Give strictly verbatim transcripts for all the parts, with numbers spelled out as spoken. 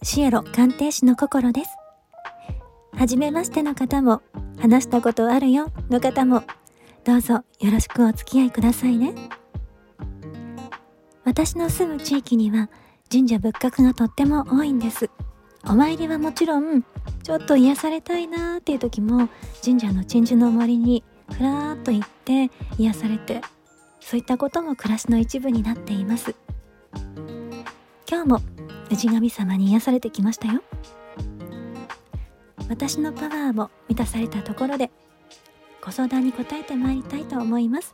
シエロ鑑定士の心です。はじめましての方も、話したことあるよの方も、どうぞよろしくお付き合いくださいね。私の住む地域には神社仏閣がとっても多いんです。お参りはもちろん、ちょっと癒されたいなーっていう時も神社の鎮守の森にふらーっと行って癒されて、そういったことも暮らしの一部になっています。今日も氏神様に癒されてきましたよ。私のパワーも満たされたところで、ご相談に答えてまいりたいと思います。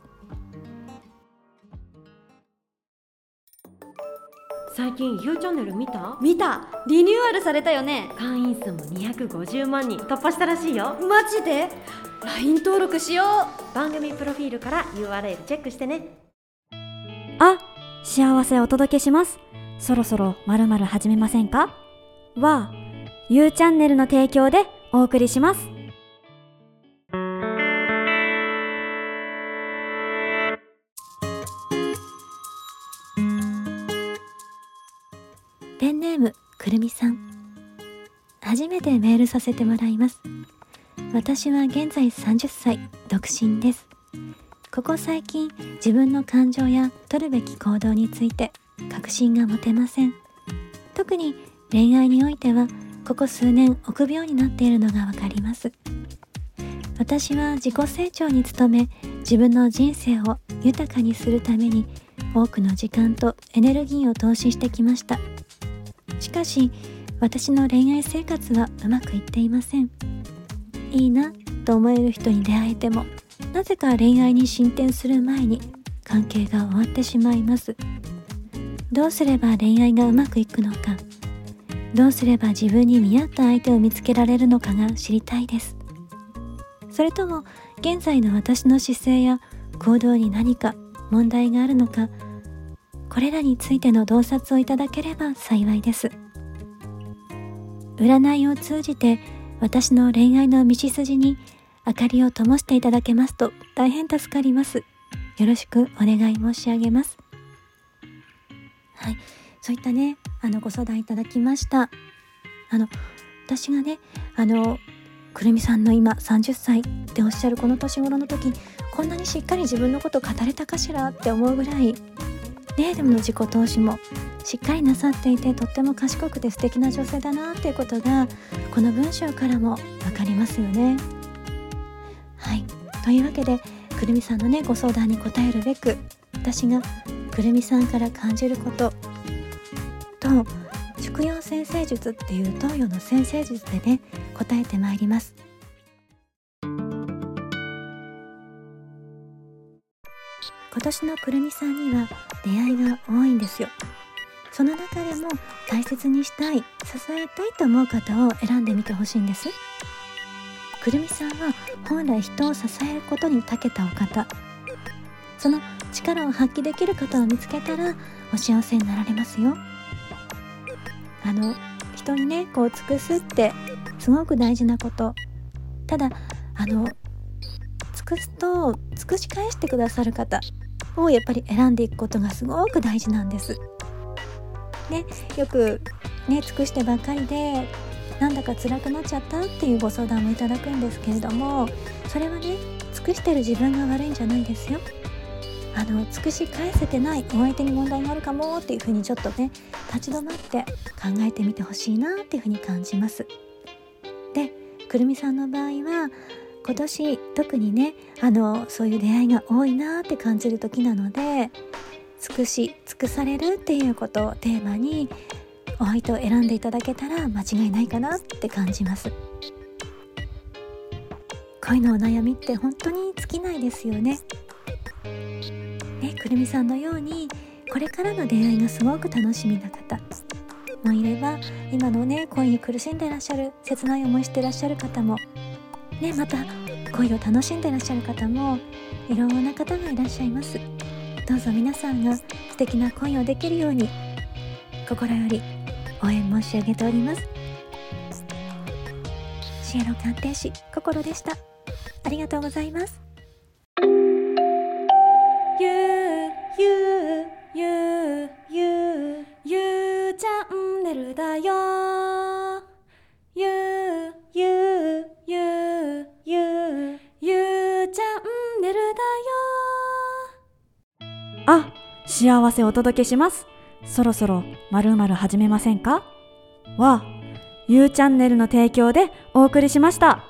最近 ユー チャンネル見た見た。リニューアルされたよね。 会員数もにひゃくごじゅうまんにん突破したらしいよ。 マジで？ ライン 登録しよう。 番組プロフィールから ユーアールエル チェックしてね。 あ、幸せお届けします。そろそろ〇〇始めませんかは ユー チャンネルの提供でお送りします。 ペンネームくるみさん。初めてメールさせてもらいます。私は現在さんじゅっさい、独身です。ここ最近、自分の感情や取るべき行動について確信が持てません。特に恋愛においてはここ数年臆病になっているのがわかります。私は自己成長に努め、自分の人生を豊かにするために多くの時間とエネルギーを投資してきました。しかし私の恋愛生活はうまくいっていません。いいなと思える人に出会えても、なぜか恋愛に進展する前に関係が終わってしまいます。どうすれば恋愛がうまくいくのか、どうすれば自分に見合った相手を見つけられるのかが知りたいです。それとも現在の私の姿勢や行動に何か問題があるのか、これらについての洞察をいただければ幸いです。占いを通じて私の恋愛の道筋に明かりを灯していただけますと大変助かります。よろしくお願い申し上げます。はい、そういったね、あのご相談いただきました。あの私がね、あのくるみさんの今さんじゅっさいっておっしゃるこの年頃の時、こんなにしっかり自分のことを語れたかしらって思うぐらいね、でも自己投資もしっかりなさっていて、とっても賢くて素敵な女性だなっていうことがこの文章からもわかりますよね。はい、というわけでくるみさんのねご相談に答えるべく、私がくるみさんから感じることと、宿陽占星術っていう東洋の占星術でね答えてまいります。今年のくるみさんには出会いが多いんですよ。その中でも大切にしたい、支えたいと思う方を選んでみてほしいんです。くるみさんは本来人を支えることに長けたお方。その力を発揮できる方を見つけたらお幸せになられますよ。あの人にねこう尽くすってすごく大事なこと。ただあの尽くすと尽くし返してくださる方をやっぱり選んでいくことがすごく大事なんです。ね、よくね尽くしてばっかりでなんだか辛くなっちゃったっていうご相談もいただくんですけれども、それはね尽くしてる自分が悪いんじゃないですよ。あの尽くし返せてないお相手に問題があるかもっていうふうにちょっとね立ち止まって考えてみてほしいなっていうふうに感じます。で、くるみさんの場合は今年特にねあのそういう出会いが多いなって感じる時なので、尽くし尽くされるっていうことをテーマにお相手を選んでいただけたら間違いないかなって感じます。恋のお悩みって本当に尽きないですよね。ね、くるみさんのようにこれからの出会いがすごく楽しみな方もいれば、今のね恋に苦しんでいらっしゃる、切ない思いしていらっしゃる方もね、また恋を楽しんでいらっしゃる方もいろんな方がいらっしゃいます。どうぞ皆さんが素敵な恋をできるように心より応援申し上げております。シエロ鑑定士心でした。ありがとうございます。 ゆうゆうゆうゆうゆうチャンネルだよ。 幸せお届けします。そろそろ〇〇始めませんかは、ゆうチャンネルの提供でお送りしました。